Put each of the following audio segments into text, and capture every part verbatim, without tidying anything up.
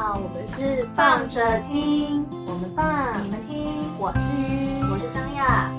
好，我们是放着听， 我们放， 你们听， 我是鱼， 我是桑亚。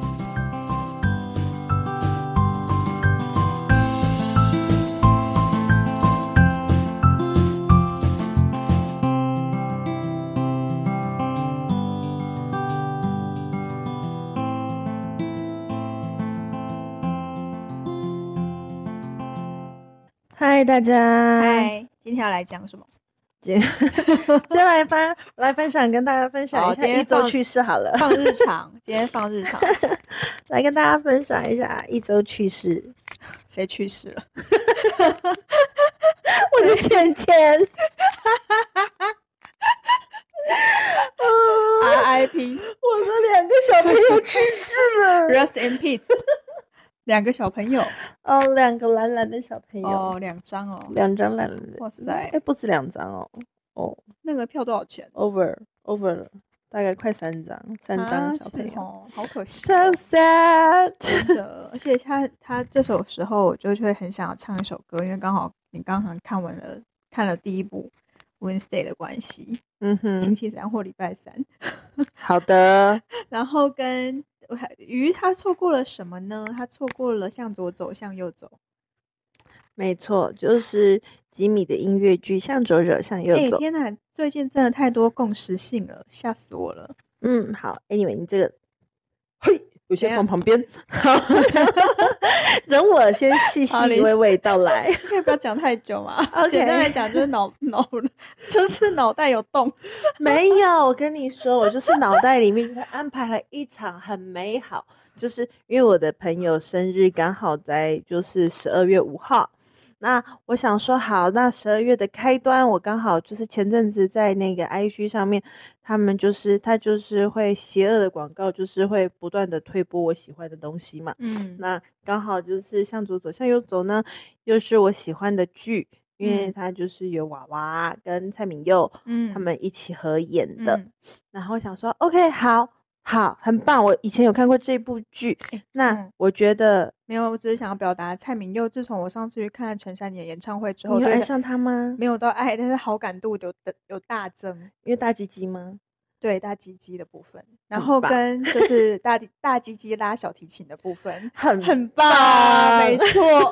嗨，大家， 嗨，今天要来讲什么？ 今天今天来分来分享，跟大家分享一下一周趣事好了。 放日常，今天放日常， 来跟大家分享一下一周趣事。 谁去世了？ 我的钱钱。 R I P 我的两个小朋友去世了。 Rest in peace。两个小朋友哦，两个蓝蓝的小朋友哦，两张哦， 两张蓝蓝的。 哇塞， 哎，不止两张哦。哦， 那个票多少钱 ？Over over 了，大概快三张，三张小朋友， 啊哦，好可惜、 哦。So sad， 真的。而且他他这首时候，我就会很想要唱一首歌，因为刚好你刚刚看完了看了第一部 Wednesday 的关系， 嗯哼， 星期三或礼拜三。 好的， 然后跟鱼他错过了什么呢？他错过了向左走向右走。 没错，就是吉米的音乐剧向左走向右走。 哎，天哪，最近真的太多共识性了，吓死我了。 嗯，好 anyway 你这个嘿我先放旁边。好，容我先细细娓娓道来。 可以不要讲太久嘛。 Okay. 简单来讲就是脑脑就是脑袋有洞。 没有，我跟你说，我就是脑袋里面就是安排了一场很美好，就是因为我的朋友生日刚好在就是十二月五号，那我想说好，那十二月的开端，我刚好就是前阵子在那个 I G 上面，他们就是他就是会邪恶的广告，就是会不断的推播我喜欢的东西嘛。 嗯， 那刚好就是向左走向右走呢，又是我喜欢的剧。因为他就是有娃娃跟蔡旻佑，嗯，他们一起合演的，嗯、然后我想说 OK 好好很棒，我以前有看过这部剧，欸、那我觉得、嗯、 没有，我只是想要表达蔡旻佑自从我上次去看陈珊妮的演唱会之后， 你有爱上他吗？ 没有到爱，但是好感度有有大增， 因为大鸡鸡吗？ 对，大鸡鸡的部分，然后跟就是大大鸡鸡拉小提琴的部分， 很很棒，没错。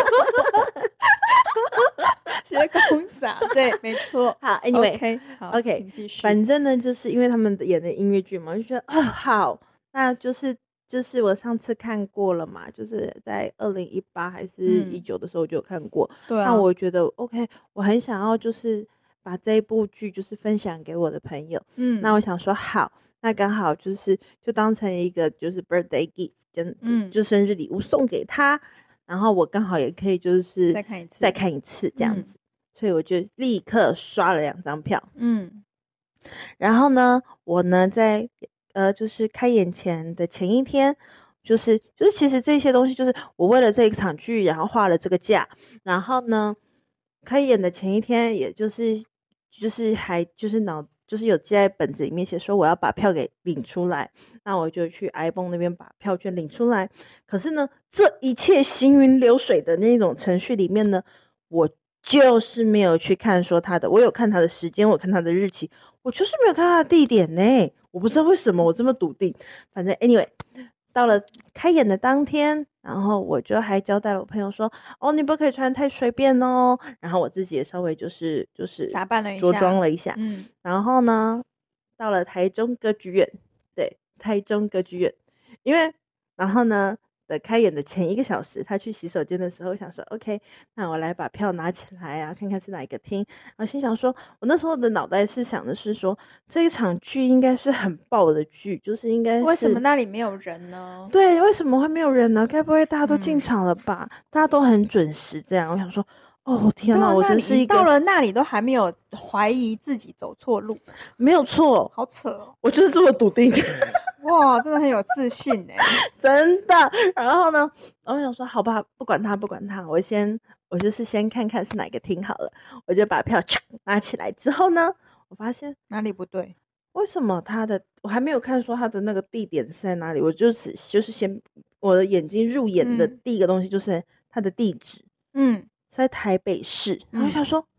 学公傻，对，没错。 好 ，Anyway， OK， 好 ，OK， 请继续。 反正呢，就是因为他们演的音乐剧嘛，我就觉得哦，好，那就是就是我上次看过了嘛，就是在二零一八还是一九的时候我就有看过。嗯、对啊。那我觉得 OK， 我很想要就是把这一部剧就是分享给我的朋友。嗯。那我想说好，那刚好就是就当成一个就是 birthday gift， 这样子，嗯、就生日礼物送给他。然后我刚好也可以就是再看一次， 再看一次这样子，嗯、所以我就立刻刷了两张票。嗯，然后呢，我呢在呃就是开演前的前一天，就是就是其实这些东西就是我为了这一场剧，然后画了这个假，然后呢开演的前一天，也就是就是还就是脑。就是有记在本子里面写说我要把票给领出来，那我就去 iPhone 那边把票券领出来。可是呢，这一切行云流水的那种程序里面呢，我就是没有去看说他的，我有看他的时间，我看他的日期，我就是没有看他的地点呢。我不知道为什么我这么笃定。反正 anyway， 到了开演的当天，然后我就还交代了我朋友说，哦，你不可以穿太随便哦。然后我自己也稍微就是就是打扮了一下， 着装了一下。 嗯， 然后呢，到了台中歌剧院，对，台中歌剧院，因为然后呢的开演的前一个小时，他去洗手间的时候，想说 OK， 那我来把票拿起来啊，看看是哪一个厅。然后心想说，我那时候的脑袋是想的是说，这一场剧应该是很爆的剧，就是应该是为什么那里没有人呢？ 对，为什么会没有人呢？该不会大家都进场了吧？嗯、大家都很准时，这样我想说。哦天哪！我真是一个到了那里都还没有怀疑自己走错路， 没有错， 好扯哦！ 我就是这么笃定。 哇，真的很有自信哎， 真的。然后呢，然后我想说，好吧，不管他，不管他，我先，我就是先看看是哪个厅好了。我就把票拿起来之后呢，我发现哪里不对？ 为什么他的我还没有看说他的那个地点是在哪里？我就是就是先我的眼睛入眼的第一个东西就是他的地址，嗯。在台北市，然后我想说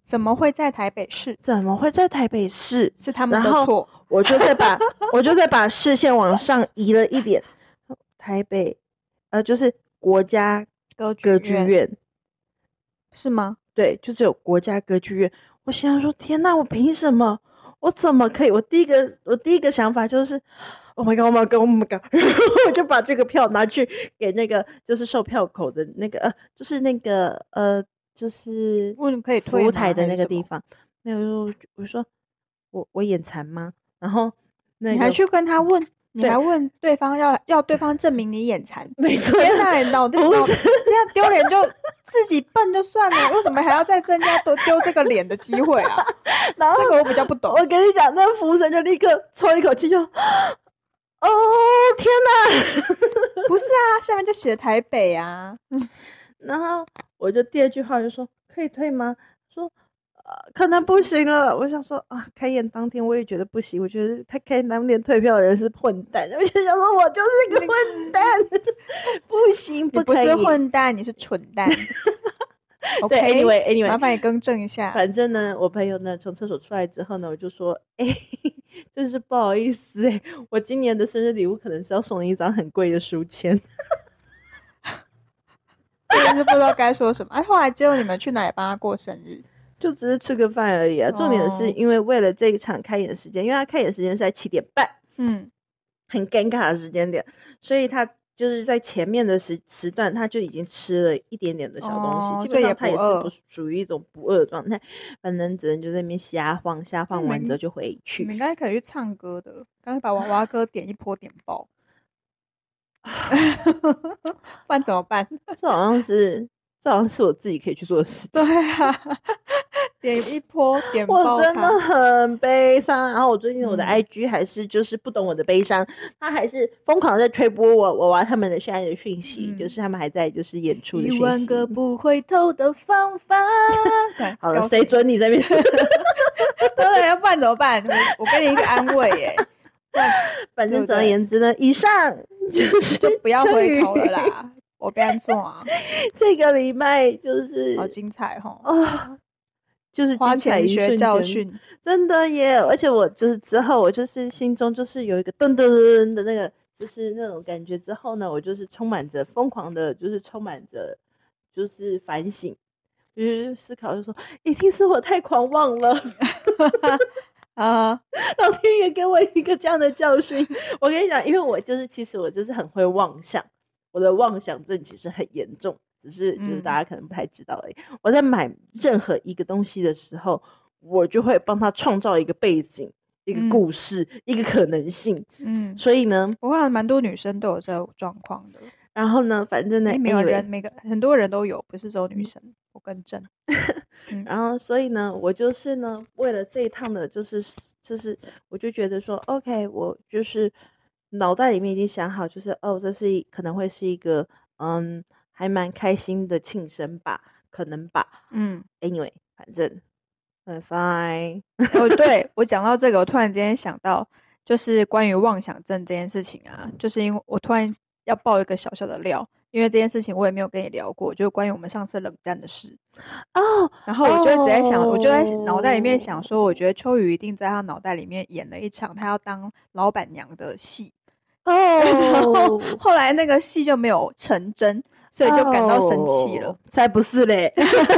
怎么会在台北市？ 怎么会在台北市？ 是他们的错。 我就再把我就再把视线往上移了一点，台北，呃，就是国家歌剧院， 是吗？ 对，就只有国家歌剧院。我心想说，天哪，我凭什么？我怎么可以？我第一个我第一个想法就是，Oh my god，Oh my god，Oh my god， 然后我就把这个票拿去给那个就是售票口的那个呃，就是那个呃，就是为什么可以服务台的那个地方。没有，我说我我眼馋吗？然后、那个、 你还去跟他问，你还问对方要要对方证明你眼馋？ 没错， 天哪，脑袋脑这样丢脸就自己笨就算了，为什么还要再增加多丢这个脸的机会啊？ 然后这个我比较不懂。 我跟你讲，那服务生就立刻抽一口气就，哦天哪！ 不是啊，下面就写台北啊。 然后我就第二句话就说可以退吗？说。呃，可能不行了。我想说啊，开演当天我也觉得不行，我觉得他开演当天退票的人是混蛋，我就想说我就是个混蛋，不行，不可以。 你不是混蛋，你是蠢蛋。 对 OK， anyway anyway， 麻烦你更正一下。 反正呢，我朋友呢从厕所出来之后呢，我就说，哎、欸，真是不好意思哎、欸，我今年的生日礼物可能是要送你一张很贵的书签。 真的是不知道该说什么。哎、啊，后来结果你们去哪里帮他过生日？ 就只是吃个饭而已啊。重点是因为为了这一场开演时间，因为他开演时间是在七点半，嗯，很尴尬的时间点，所以他就是在前面的时时段他就已经吃了一点点的小东西，哦、基本上他也是不属于一种不饿的状态，反正只能就在那边瞎晃，瞎晃完之后就回去。 你们应该可以去唱歌的，刚才把娃娃歌点一波点爆，不然怎么办？ 这好像是。这好像是我自己可以去做的事情。 对啊，点一波点爆， 我真的很悲伤。然后我最近我的 I G 还是就是不懂我的悲伤，嗯、他还是疯狂在推播我我娃他们的现在的讯息，嗯、就是他们还在就是演出的讯息。 一万个不回头的方法。对， 好了，谁准你这边？ 对，要不然怎么办？我我给你一个安慰耶。 反正总而言之呢，以上就是就不要回头了啦。我不要做啊！ 这个礼拜就是好精彩哦！ 哦，就是花钱学教训， 真的耶！而且我就是之后，我就是心中就是有一个噔噔噔的那个，就是那种感觉。之后呢，我就是充满着疯狂的，就是充满着就是反省，就是思考，就说一定是我太狂妄了啊！老天爷给我一个这样的教训。我跟你讲，因为我就是其实我就是很会妄想。我的妄想症其实很严重，只是就是大家可能不太知道而已。嗯、我在买任何一个东西的时候，我就会帮他创造一个背景、一个故事、嗯、一个可能性。嗯，所以呢， 我看蛮多女生都有这种状况的。 然后呢，反正呢， 没有人，每个很多人都有，不是只有女生。嗯、我更正。 嗯、然后，所以呢，我就是呢，为了这一趟的，就是就是，我就觉得说 ，OK， 我就是。脑袋里面已经想好，就是哦，这是可能会是一个嗯，还蛮开心的庆生吧，可能吧。嗯 ，anyway， 反正很 fine。 哦，对，我讲到这个，我突然间想到，就是关于妄想症这件事情啊，就是因为我突然要爆一个小小的料，因为这件事情我也没有跟你聊过，就是关于我们上次冷战的事哦。然后我就一直在想，哦、我就在脑袋里面想说，我觉得秋雨一定在他脑袋里面演了一场他要当老板娘的戏。哦，然后后来那个戏就没有成真，所以就感到生气了。 哦、才不是嘞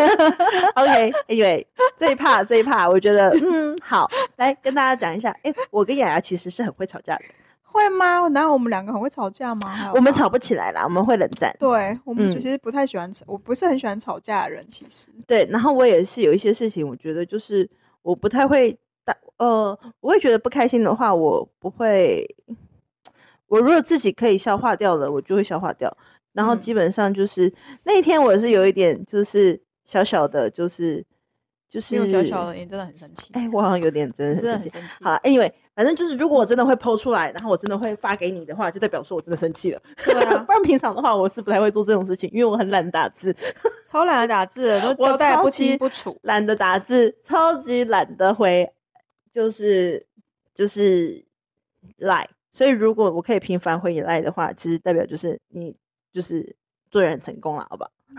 ！OK，anyway，、okay, 这一 part 这一 part， 我觉得嗯好，来跟大家讲一下。哎，我跟雅雅其实是很会吵架的。 会吗？难道我们两个很会吵架吗？ 我们吵不起来啦，我们会冷战。 对，我们其实不太喜欢吵、嗯，我不是很喜欢吵架的人，其实。 对，然后我也是有一些事情，我觉得就是我不太会，呃，我会觉得不开心的话，我不会。我如果自己可以消化掉了，我就会消化掉。然后基本上就是、嗯、那一天，我是有一点就是小小的，就是就是没有小小的，你真的很生气。 哎、欸，我好像有点真的很生气。 生气好 ，anyway， 反正就是如果我真的会 po 出来，然后我真的会发给你的话，就代表说我真的生气了。 对啊， 不然平常的话，我是不太会做这种事情，因为我很懒打字， 超懒得打字，都交代不清不楚， 懒得打字，超级懒得回，就是就是赖。所以如果我可以频繁回你赖的话，其实代表就是你就是做人很成功了，好不好？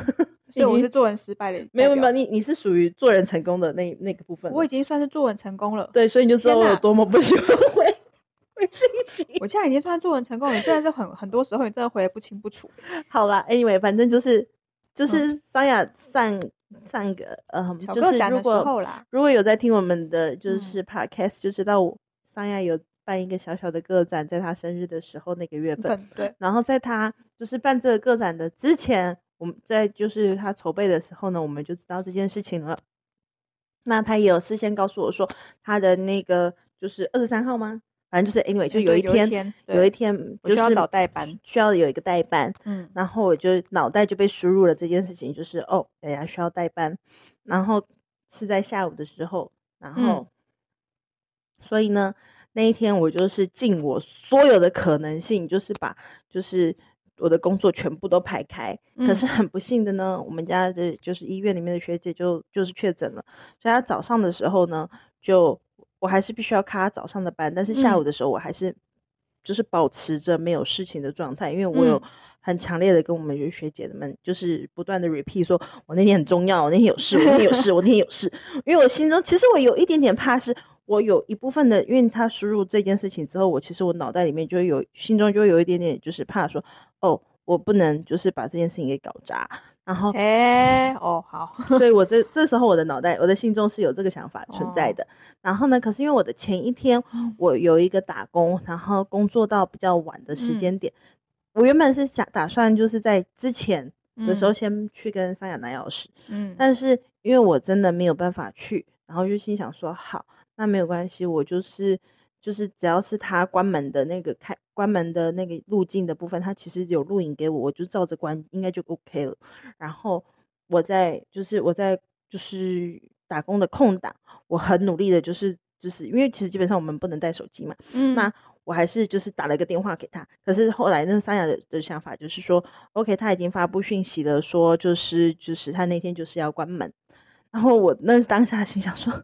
所以我是做人失败的。 没有没有，你你是属于做人成功的那那个部分。 我已经算是做人成功了。 对，所以你就知道我有多么不喜欢回回讯息。 我现在已经算做人成功了，你真的是很很多时候你真的回得不清不楚。 好啦 anyway 反正就是就是桑雅上、嗯、上个呃小个展的时候啦， 如果有在听我们的就是 podcast、嗯、就知道我桑雅有办一个小小的个展，在他生日的时候那个月份。 对。 然后在他就是办这个个展的之前，我们在就是他筹备的时候呢，我们就知道这件事情了。那他也有事先告诉我说，他的那个就是二十三号吗？反正就是 anyway 就有一天、嗯、有一天, 有一天就是需要找代班， 需要有一个代班。 嗯， 然后我就脑袋就被输入了这件事情，就是哦，大家需要代班，然后是在下午的时候，然后、嗯、所以呢那一天我就是尽我所有的可能性，就是把就是我的工作全部都排开、嗯、可是很不幸的呢，我们家的就是医院里面的学姐就就是确诊了，所以她早上的时候呢就我还是必须要开她早上的班，但是下午的时候我还是就是保持着没有事情的状态、嗯、因为我有很强烈的跟我们学姐们就是不断的 repeat 说我那天很重要，我那天有事我那天有事我那天有事因为我心中其实我有一点点怕，是我有一部分的，因为他输入这件事情之后，我其实我脑袋里面就会有心中就会有一点点就是怕说哦我不能就是把这件事情给搞砸，然后哎、欸、哦好所以我这这时候我的脑袋我的心中是有这个想法存在的、哦、然后呢可是因为我的前一天我有一个打工，然后工作到比较晚的时间点、嗯、我原本是想打算就是在之前的时候先去跟桑雅拿钥匙，嗯，但是因为我真的没有办法去，然后就心想说好那没有关系，我就是就是只要是他关门的那个开关门的那个路径的部分，他其实有录影给我，我就照着关应该就 OK 了。然后我在就是我在就是打工的空档，我很努力的就是就是因为其实基本上我们不能带手机嘛，嗯，那我还是就是打了一个电话给他，可是后来那桑雅 的, 的想法就是说 OK 他已经发布讯息了，说就是就是他那天就是要关门，然后我那当下心想说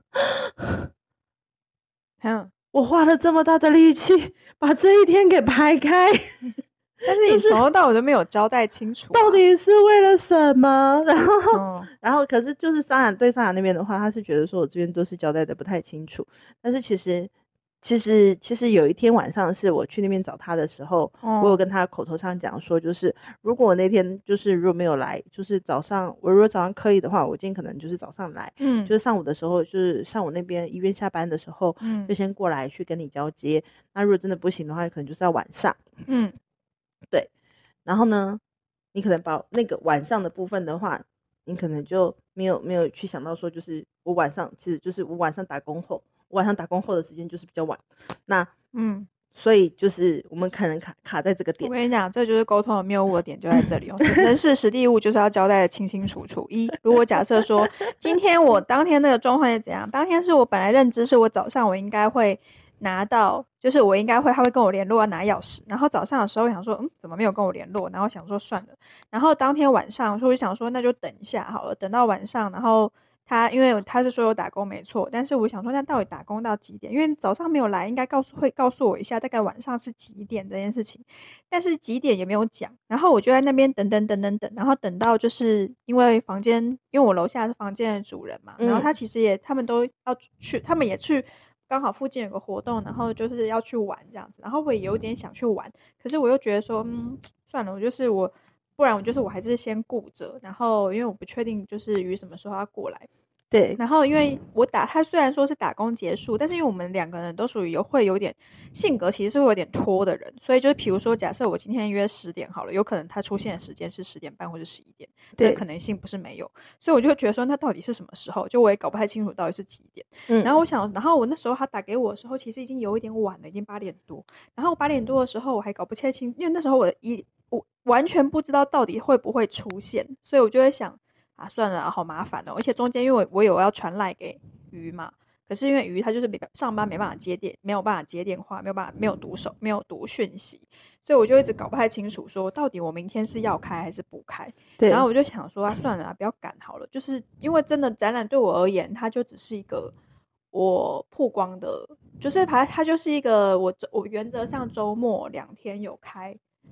嗯， 我花了这么大的力气把这一天给排开但是你从头到尾都没有交代清楚、啊、 到底是为了什么，然后、嗯、然后可是就是桑雅对桑雅那边的话，他是觉得说我这边都是交代的不太清楚，但是其实其实其实有一天晚上是我去那边找他的时候、嗯、我有跟他口头上讲说，就是如果我那天就是如果没有来，就是早上我如果早上可以的话，我今天可能就是早上来，嗯，就是上午的时候就是上午那边医院下班的时候，嗯，就先过来去跟你交接，那如果真的不行的话可能就是要晚上，嗯，对，然后呢你可能把那个晚上的部分的话，你可能就没有没有去想到说就是我晚上其实就是我晚上打工后我晚上打工后的时间就是比较晚，那嗯，所以就是我们可能卡卡在这个点。 我跟你讲，这就是沟通的谬误的点就在这里哦。人事实地物就是要交代的清清楚楚。一，如果假设说今天我当天那个状况是怎样，当天是我本来认知是我早上我应该会拿到，就是我应该会他会跟我联络要拿钥匙，然后早上的时候想说嗯怎么没有跟我联络，然后想说算了，然后当天晚上我就想说那就等一下好了，等到晚上，然后他因为他是说有打工没错，但是我想说那到底打工到几点，因为早上没有来应该告诉会告诉我一下大概晚上是几点这件事情，但是几点也没有讲，然后我就在那边等等等等等，然后等到就是因为房间因为我楼下是房间的主人嘛，然后他其实也他们都要去，他们也去刚好附近有个活动，然后就是要去玩这样子，然后我也有点想去玩，可是我又觉得说嗯算了，我就是我不然我就是我还是先顾着，然后因为我不确定就是鱼什么时候要过来， 对， 然后因为我打他虽然说是打工结束，但是因为我们两个人都属于有会有点性格其实是会有点拖的人，所以就是比如说假设我今天约十点好了，有可能他出现的时间是十点半或者十一点，这个可能性不是没有，所以我就会觉得说那到底是什么时候，就我也搞不太清楚到底是几点、嗯、然后我想然后我那时候他打给我的时候其实已经有一点晚了，已经八点多，然后八点多的时候我还搞不太清，因为那时候我一我完全不知道到底会不会出现，所以我就会想啊，算了啊，好麻烦哦！而且中间因为我我有要传赖给鱼嘛，可是因为鱼他就是没上班没办法接电，没有办法接电话，没有办法没有读手没有读讯息，所以我就一直搞不太清楚说到底我明天是要开还是不开。对，然后我就想说啊，算了啊，不要赶好了，就是因为真的展览对我而言，它就只是一个我曝光的，就是它它就是一个我我原则上周末两天有开。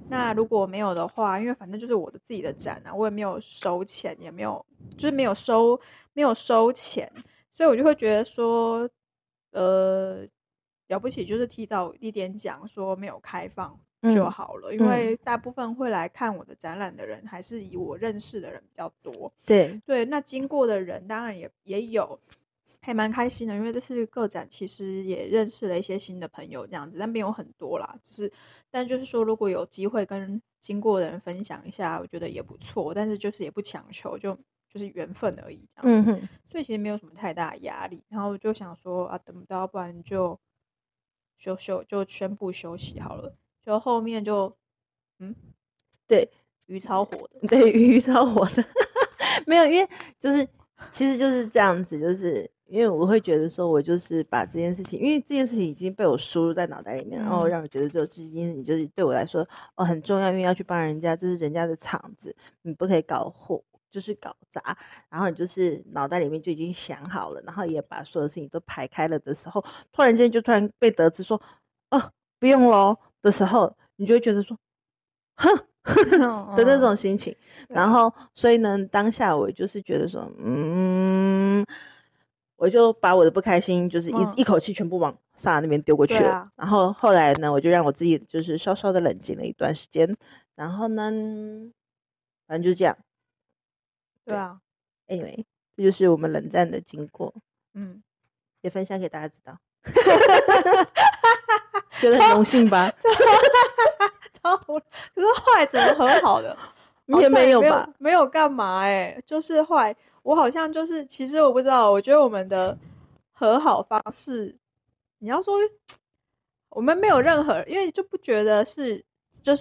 那如果没有的话，因为反正就是我的自己的展啊，我也没有收钱，也没有就是没有收没有收钱，所以我就会觉得说，呃，了不起就是提早一点讲说没有开放就好了，嗯、因为大部分会来看我的展览的人还是以我认识的人比较多。 对对，那经过的人当然也也有。还蛮开心的，因为这次个展其实也认识了一些新的朋友，这样子，但没有很多啦。就是，但就是说，如果有机会跟经过的人分享一下，我觉得也不错。但是就是也不强求，就就是缘分而已，这样子。嗯、所以其实没有什么太大的压力。然后就想说啊，等不到，不然就休休就宣布休息好了。就后面就嗯， 对， 鱼超火的， 对，鱼超火的，没有，因为就是其实就是这样子，就是。因为我会觉得说，我就是把这件事情，因为这件事情已经被我输入在脑袋里面，嗯、然后让我觉得就这件事情就是对我来说哦很重要，因为要去帮人家，这是人家的场子，你不可以搞混，就是搞砸，然后你就是脑袋里面就已经想好了，然后也把所有事情都排开了的时候，突然间就突然被得知说，哦不用咯的时候，你就会觉得说，哼。的那种心情，然后所以呢，当下我就是觉得说，嗯。我就把我的不开心就是一、嗯、一口气全部往萨那边丢过去了、啊、然后后来呢我就让我自己就是稍稍的冷静了一段时间，然后呢反正就这样。 对啊 anyway 这就是我们冷战的经过，嗯，也分享给大家知道。觉得很荣幸吧？ 超可是后来怎么和好的？ 也没有吧， 没有干嘛哎、欸，就是后来我好像就是，其实我不知道，我觉得我们的和好方式，你要说我们没有任何，因为就不觉得是就是。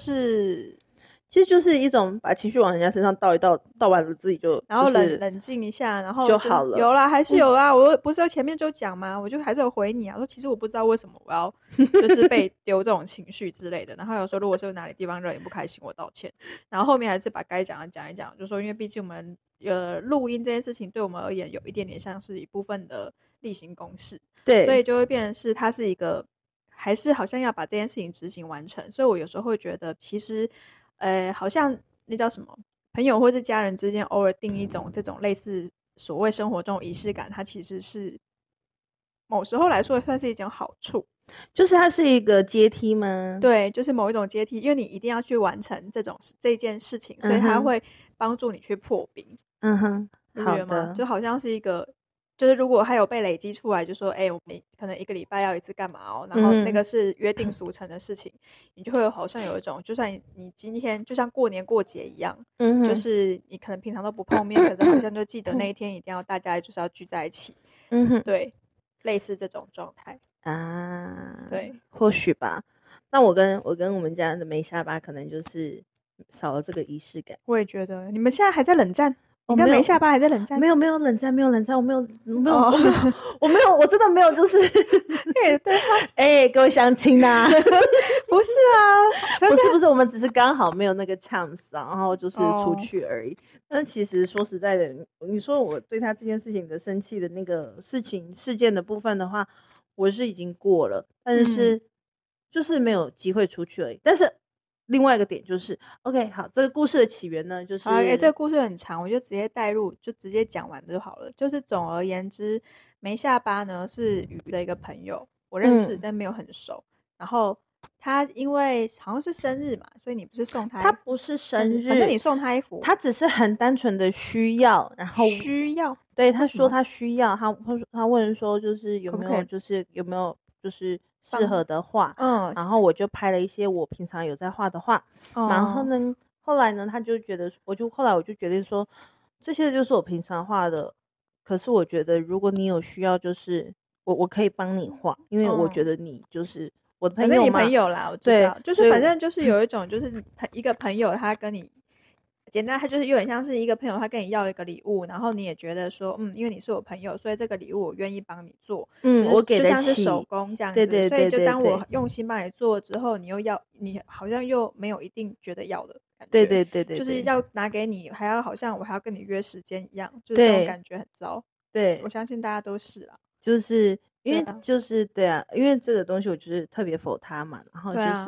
其实就是一种把情绪往人家身上倒一倒，倒完了自己就然后冷、就是、冷静一下，然后就, 就好了。 有啦，还是有啦。嗯、我不是前面就讲吗？我就还是有回你啊，说其实我不知道为什么我要就是被丢这种情绪之类的。然后有时候如果是有哪里地方让你不开心，我道歉。然后后面还是把该讲的讲一讲，就说因为毕竟我们呃录音这件事情对我们而言有一点点像是一部分的例行公事， 对， 所以就会变成是它是一个还是好像要把这件事情执行完成。所以我有时候会觉得其实呃好像。那叫什么？朋友或是家人之间偶尔定一种这种类似所谓生活中仪式感，它其实是某时候来说算是一种好处， 就是它是一个阶梯吗？ 对，就是某一种阶梯，因为你一定要去完成这种这件事情，所以它会帮助你去破冰。 嗯哼， 你觉得吗？就好像是一个。就是如果还有被累积出来，就说哎、欸，我们可能一个礼拜要一次干嘛哦，然后那个是约定俗成的事情，嗯、你就会好像有一种，就算你今天就像过年过节一样，嗯、就是你可能平常都不碰面，可是好像就记得那一天一定要大家就是要聚在一起，嗯哼，对，类似这种状态啊， 对， 或许吧。那我跟我跟我们家的梅下巴可能就是少了这个仪式感。 我也觉得，你们现在还在冷战？你跟梅下巴还在冷战？ 没有没有冷战，没有冷战，我没有没有、oh. 我没有我没有我真的没有，就是对对他哎、欸，各位乡亲呐， 不是啊， 不是不是，我们只是刚好没有那个 chance 啊，然后就是出去而已。Oh. 但其实说实在的，你说我对他这件事情的生气的那个事情事件的部分的话，我是已经过了，但是、嗯、就是没有机会出去而已。但是。另外一个点就是 OK 好，这个故事的起源呢就是好、欸、这个故事很长，我就直接带入，就直接讲完就好了。就是总而言之，梅下巴呢是鱼的一个朋友，我认识、嗯、但没有很熟。然后他因为好像是生日嘛，所以你不是送他？ 他不是生日， 反正你送他衣服， 他只是很单纯的需要，然后需要。 对，他说他需要，他他问说就是有没有可可就是有没有就是适合的画，嗯，然后我就拍了一些我平常有在画的画，嗯、然后呢，后来呢，他就觉得，我就后来我就决定说，这些就是我平常画的，可是我觉得如果你有需要，就是我我可以帮你画，因为我觉得你就是我的朋友嘛， 反正你朋友啦，我知道，就是反正就是有一种就是一个朋友他跟你。简单，他就是有点像是一个朋友，他跟你要一个礼物，然后你也觉得说，嗯，因为你是我朋友，所以这个礼物我愿意帮你做， 嗯， 就是、 我给得起， 就像是手工这样子， 对对对对对对， 所以就当我用心帮你做之后，你又要，你好像又没有一定觉得要的感觉， 对对对 对, 对， 就是要拿给你，还要好像我还要跟你约时间一样，就是这种感觉很糟。 对， 我相信大家都是啦， 就是因为就是对啊，因为这个东西我就是特别否他嘛，然后就是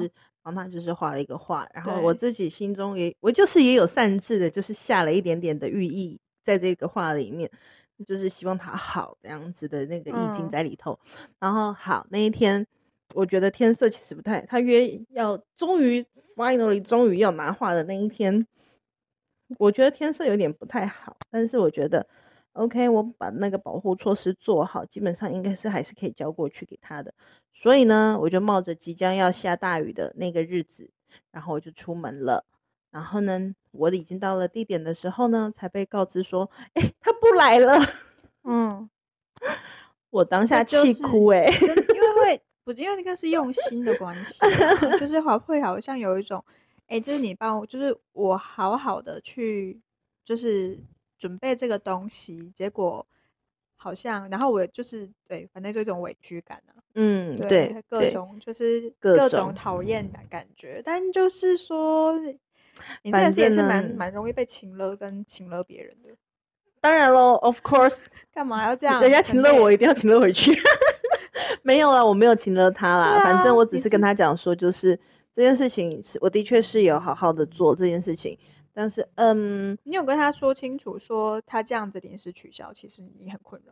帮他就是画了一个画，然后我自己心中也我就是也有擅自的就是下了一点点的寓意在这个画里面，就是希望他好这样子的那个意境在里头、嗯、然后好那一天我觉得天色其实不太，他约要终于 finally 终于要拿画的那一天，我觉得天色有点不太好，但是我觉得 OK 我把那个保护措施做好，基本上应该是还是可以交过去给他的，所以呢我就冒着即将要下大雨的那个日子，然后我就出门了，然后呢我已经到了地点的时候呢才被告知说哎、欸、他不来了。嗯，我当下气哭哎、欸， 因为会我因为那个是用心的关系、啊、就是好会好像有一种哎、欸，就是你帮我，就是我好好的去就是准备这个东西，结果好像然后我就是对反正就一种委屈感啊， 嗯， 对， 对， 各种就是各种讨厌的感觉，但就是说你这件事也是蛮蛮容易被情勒跟情勒别人的。 当然咯 of course 干嘛要这样， 人家情勒我一定要情勒回去没有啦，我没有情勒他啦、啊、反正我只是跟他讲说就是这件事情是我的确是有好好的做这件事情，但是嗯， 你有跟他说清楚说他这样子临时取消其实你很困扰？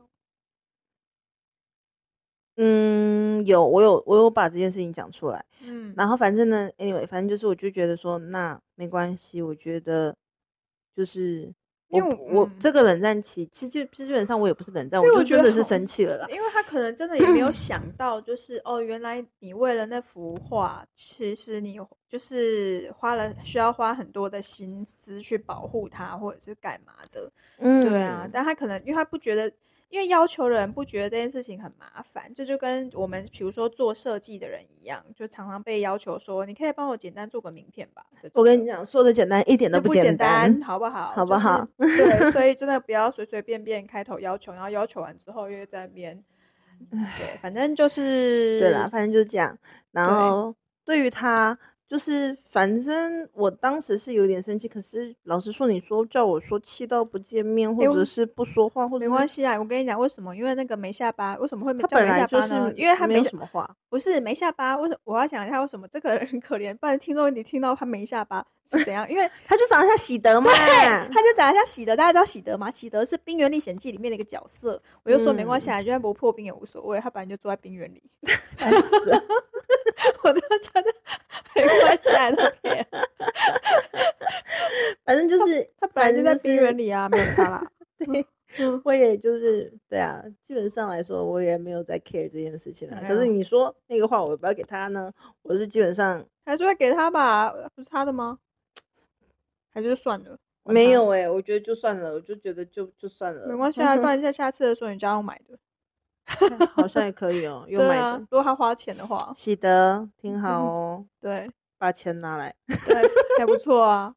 嗯，有，我有我有把这件事情讲出来，嗯，然后反正呢 anyway 反正就是我就觉得说那没关系，我觉得就是我因为 我,、嗯、我这个冷战期其实就基本上我也不是冷战，我就真的是生气了啦， 因为他可能真的也没有想到就是哦原来你为了那幅画其实你就是花了需要花很多的心思去保护它或者是干嘛的，嗯，对啊，但他可能因为他不觉得，因为要求人不觉得这件事情很麻烦，这就跟我们比如说做设计的人一样，就常常被要求说你可以帮我简单做个名片吧， 我跟你讲说的简单一点都不简单， 不简单好不好好不好、 就是、对，所以真的不要随随便便开头要求，然后要求完之后又在那边对，反正就是对啦，反正就是这样，然后对于他就是反正我当时是有点生气，可是老实说你说叫我说气到不见面或者是不说话、欸、或者没关系啊，我跟你讲为什么，因为那个没下巴为什么会叫没下巴呢？因为他没有什么话， 不是没下巴，为什么我要讲一下为什么这个人很可怜，不然听众你听到他没下巴是怎样？因为他就长得像喜德嘛， 他就长得像喜德，大家知道喜德吗？喜德是《冰原历险记》里面的一个角色，我就说没关系啊，就算不破冰也无所谓，他本来就住在冰原里我都觉得没关系啊，都可以反正就是他本来就在冰原里啊，没有差啦对、嗯、我也就是对啊，基本上来说我也没有在 care 这件事情啦、嗯、可是你说那个话我不要给他呢，我是基本上还是会给他吧，不是他的吗？还是就算了？ 没有哎、欸，我觉得就算了，我就觉得就就算了， 没关系啊，不然在下次的时候你就要买的好像也可以哦、喔，有买的、啊。 如果他花钱的话， 喜德挺好哦、喔嗯。 对， 把钱拿来， 对，还不错啊。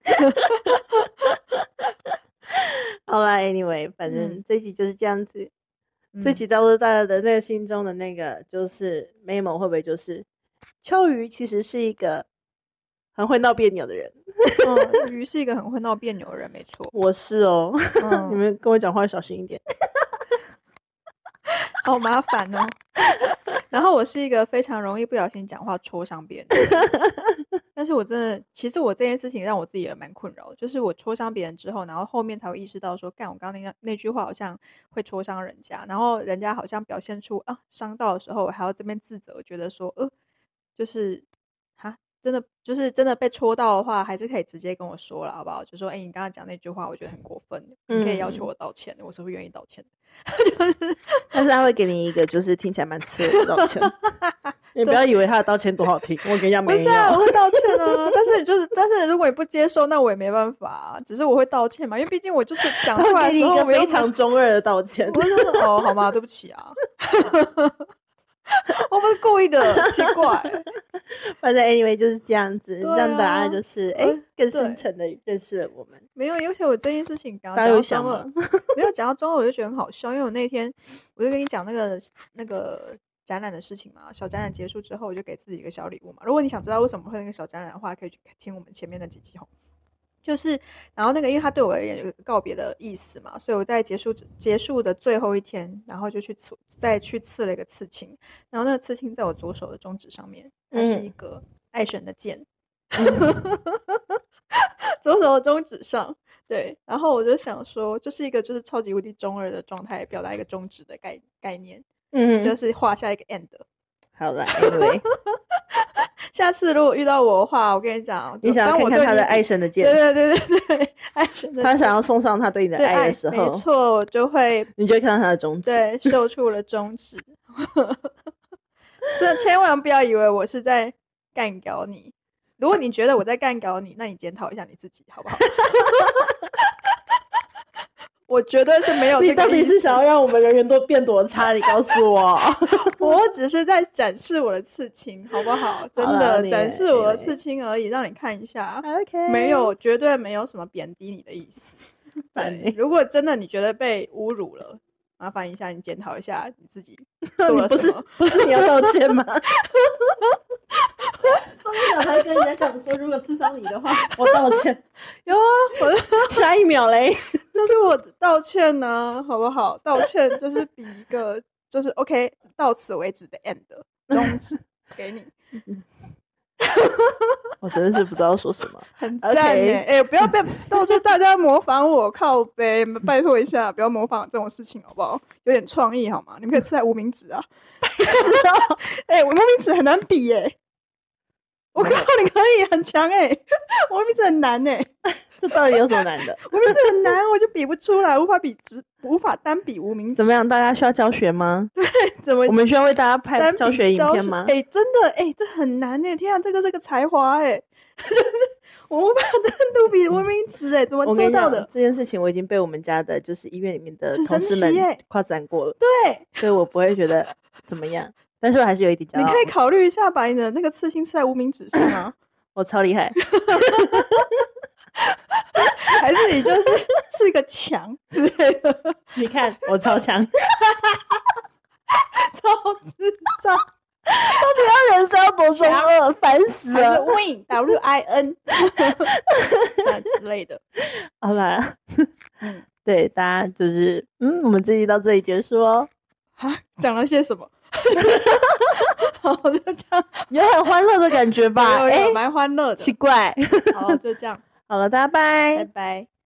好啦 ，anyway， 反正这一集就是这样子。嗯、这集告诉大家的那个心中的那个就是 memo 会不会就是秋鱼其实是一个很会闹别扭的人。 嗯，鱼是一个很会闹别扭的人，没错。 我是哦、喔嗯，你们跟我讲话小心一点。 好麻烦哦。然后我是一个非常容易不小心讲话戳伤别人的人，但是我真的，其实我这件事情让我自己也蛮困扰，就是我戳伤别人之后，然后后面才会意识到说，干我刚刚那那句话好像会戳伤人家，然后人家好像表现出啊伤到的时候，我还要这边自责，觉得说呃，就是哈。真的就是真的被戳到的话，还是可以直接跟我说了，好不好？就说，哎、欸，你刚刚讲那句话，我觉得很过分，你可以要求我道歉的，嗯、我是会愿意道歉的。 但是他会给你一个就是听起来蛮刺耳的道歉，你不要以为他的道歉多好听，我跟你讲没有。 不是啊，我会道歉啊，但是就是，但是如果你不接受，那我也没办法、啊，只是我会道歉嘛，因为毕竟我就是讲出来的时候， 我给你一个非常中二的道歉。 我就说哦，好吗？对不起啊。我不是故意的，奇怪。 反正 anyway 就是这样子，啊、让大家就是哎、欸、更深层的认识了我们。 没有，而且我这件事情刚刚讲到中二，没有讲到中二，我就觉得很好笑，因为我那天我就跟你讲那个那个展览的事情嘛，小展览结束之后，我就给自己一个小礼物嘛。如果你想知道为什么会那个小展览的话，可以去听我们前面的几集吼。就是，然后那个，因为他对我而言有个告别的意思嘛，所以我在结束结束的最后一天，然后就去刺，再去刺了一个刺青，然后那个刺青在我左手的中指上面，它是一个爱神的剑，左手中指上。对，然后我就想说，就是一个就是超级无敌中二的状态，表达一个中指的概概念，嗯，就是画下一个 end。 好了，anyway 下次如果遇到我的话，我跟你讲， 你想要看看他的爱神的剑， 对对对对对，爱神的剑， 他想要送上他对你的爱的时候， 没错，我就会， 你就会看到他的中指， 对，秀出了中指。所以千万不要以为我是在干搞你，如果你觉得我在干搞你，那你检讨一下你自己好不好？我绝对是没有这个意思。 你到底是想要让我们人缘都变多差？你告诉我。 我只是在展示我的刺青，好不好？真的展示我的刺青而已，让你看一下。 Okay. 没有，绝对没有什么贬低你的意思。对，如果真的你觉得被侮辱了，麻烦一下你检讨一下你自己做了什么。 不是，不是你要道歉吗？上一秒还跟人家讲说，如果刺伤你的话，我道歉。 有啊，我下一秒嘞， 就是我道歉呢、啊，好不好？道歉就是比一个就是 OK 到此为止的 end 终止给你。 我真的是不知道说什么， 很赞耶！哎、okay 欸，不要被到时候大家模仿我，靠北，拜托一下，不要模仿这种事情好不好？有点创意好吗？你们可以吃在无名指啊，哎、欸，无名指很难比耶。我靠，你可以很强哎，无名指很难哎， 这到底有什么难的？ 无名指很难，我就比不出来，无法比直，无法单比无名指。 怎么样？大家需要教学吗？ 对，怎么？ 我们需要为大家拍教学影片吗？ 哎、欸，真的哎、欸，这很难哎！天啊，这个是个才华哎，就是我无法单独比无名指哎，怎么做到的？ 这件事情我已经被我们家的就是医院里面的同事们夸赞过了， 对， 所以我不会觉得怎么样。但是我还是有一点骄傲。 你可以考虑一下，把你的那个刺青刺在无名指上啊！ 我超厉害， 还是你就是刺个墙之类的？ 你看我超强， 超智障！ 到底要人生要多中二，烦死了 ！Win W I N 之类的。 好啦，嗯，对，大家就是嗯，我们这集到这里结束哦。 啊，讲了些什么？好，就这样， 也很欢乐的感觉吧？ 哎，蛮欢乐的。 奇怪。 好，就这样。 好了，大家拜拜拜。